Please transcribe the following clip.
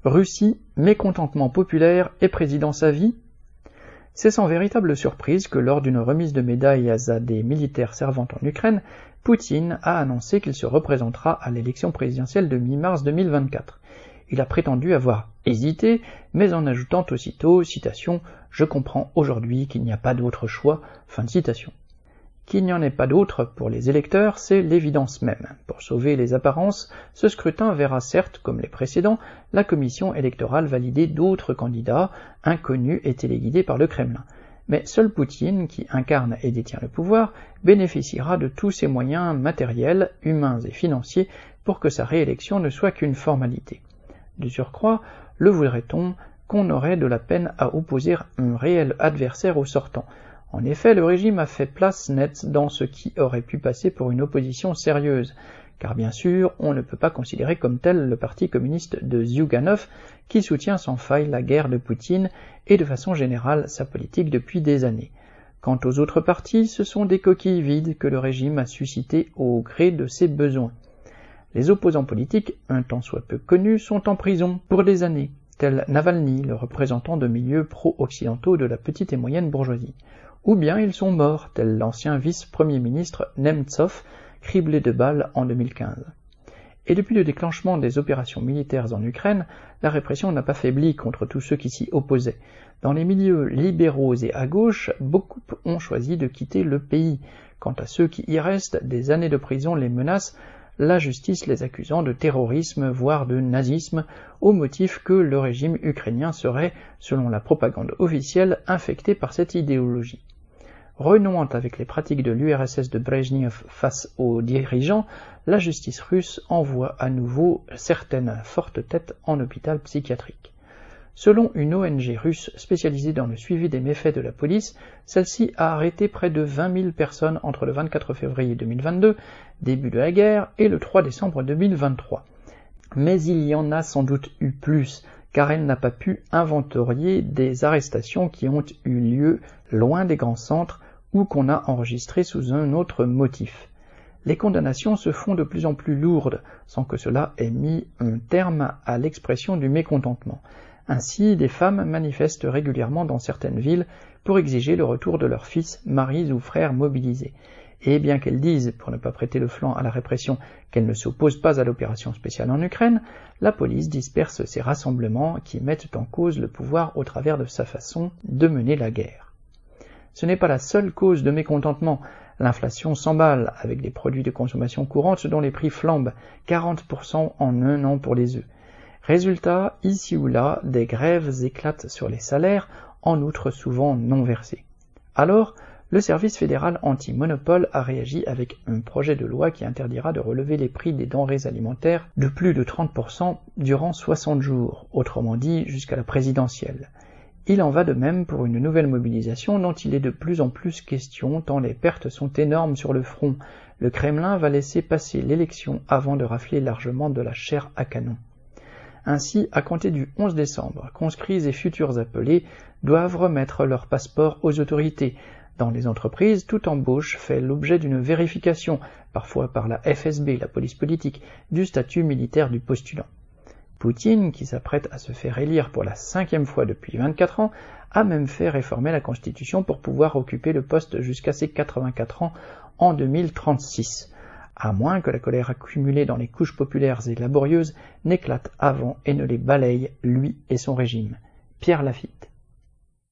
Russie, mécontentement populaire et présidence à vie? C'est sans véritable surprise que lors d'une remise de médailles à des militaires servant en Ukraine, Poutine a annoncé qu'il se représentera à l'élection présidentielle de mi-mars 2024. Il a prétendu avoir hésité, mais en ajoutant aussitôt, citation, « Je comprends aujourd'hui qu'il n'y a pas d'autre choix », fin de citation. Qu'il n'y en ait pas d'autre pour les électeurs, c'est l'évidence même. Pour sauver les apparences, ce scrutin verra certes, comme les précédents, la commission électorale valider d'autres candidats, inconnus et téléguidés par le Kremlin. Mais seul Poutine, qui incarne et détient le pouvoir, bénéficiera de tous ses moyens matériels, humains et financiers pour que sa réélection ne soit qu'une formalité. De surcroît, le voudrait-on, qu'on aurait de la peine à opposer un réel adversaire au sortant. En effet, le régime a fait place nette dans ce qui aurait pu passer pour une opposition sérieuse, car bien sûr, on ne peut pas considérer comme tel le parti communiste de Zyuganov, qui soutient sans faille la guerre de Poutine et de façon générale sa politique depuis des années. Quant aux autres partis, ce sont des coquilles vides que le régime a suscitées au gré de ses besoins. Les opposants politiques, un tant soit peu connus, sont en prison pour des années, tel Navalny, le représentant de milieux pro-occidentaux de la petite et moyenne bourgeoisie. Ou bien ils sont morts, tel l'ancien vice-premier ministre Nemtsov, criblé de balles en 2015. Et depuis le déclenchement des opérations militaires en Ukraine, la répression n'a pas faibli contre tous ceux qui s'y opposaient. Dans les milieux libéraux et à gauche, beaucoup ont choisi de quitter le pays. Quant à ceux qui y restent, des années de prison les menacent, la justice les accusant de terrorisme, voire de nazisme, au motif que le régime ukrainien serait, selon la propagande officielle, infecté par cette idéologie. Renouant avec les pratiques de l'URSS de Brejnev face aux dirigeants, la justice russe envoie à nouveau certaines fortes têtes en hôpital psychiatrique. Selon une ONG russe spécialisée dans le suivi des méfaits de la police, celle-ci a arrêté près de 20 000 personnes entre le 24 février 2022, début de la guerre, et le 3 décembre 2023. Mais il y en a sans doute eu plus, car elle n'a pas pu inventorier des arrestations qui ont eu lieu loin des grands centres ou qu'on a enregistrées sous un autre motif. Les condamnations se font de plus en plus lourdes, sans que cela ait mis un terme à l'expression du mécontentement. Ainsi, des femmes manifestent régulièrement dans certaines villes pour exiger le retour de leurs fils, maris ou frères mobilisés. Et bien qu'elles disent, pour ne pas prêter le flanc à la répression, qu'elles ne s'opposent pas à l'opération spéciale en Ukraine, la police disperse ces rassemblements qui mettent en cause le pouvoir au travers de sa façon de mener la guerre. Ce n'est pas la seule cause de mécontentement. L'inflation s'emballe avec des produits de consommation courante dont les prix flambent, 40% en un an pour les œufs. Résultat, ici ou là, des grèves éclatent sur les salaires, en outre souvent non versés. Alors, le service fédéral anti-monopole a réagi avec un projet de loi qui interdira de relever les prix des denrées alimentaires de plus de 30% durant 60 jours, autrement dit jusqu'à la présidentielle. Il en va de même pour une nouvelle mobilisation dont il est de plus en plus question tant les pertes sont énormes sur le front. Le Kremlin va laisser passer l'élection avant de rafler largement de la chair à canon. Ainsi, à compter du 11 décembre, conscrits et futurs appelés doivent remettre leur passeport aux autorités. Dans les entreprises, toute embauche fait l'objet d'une vérification, parfois par la FSB, la police politique, du statut militaire du postulant. Poutine, qui s'apprête à se faire élire pour la 5e fois depuis 24 ans, a même fait réformer la Constitution pour pouvoir occuper le poste jusqu'à ses 84 ans en 2036, à moins que la colère accumulée dans les couches populaires et laborieuses n'éclate avant et ne les balaye, lui et son régime. Pierre Lafitte.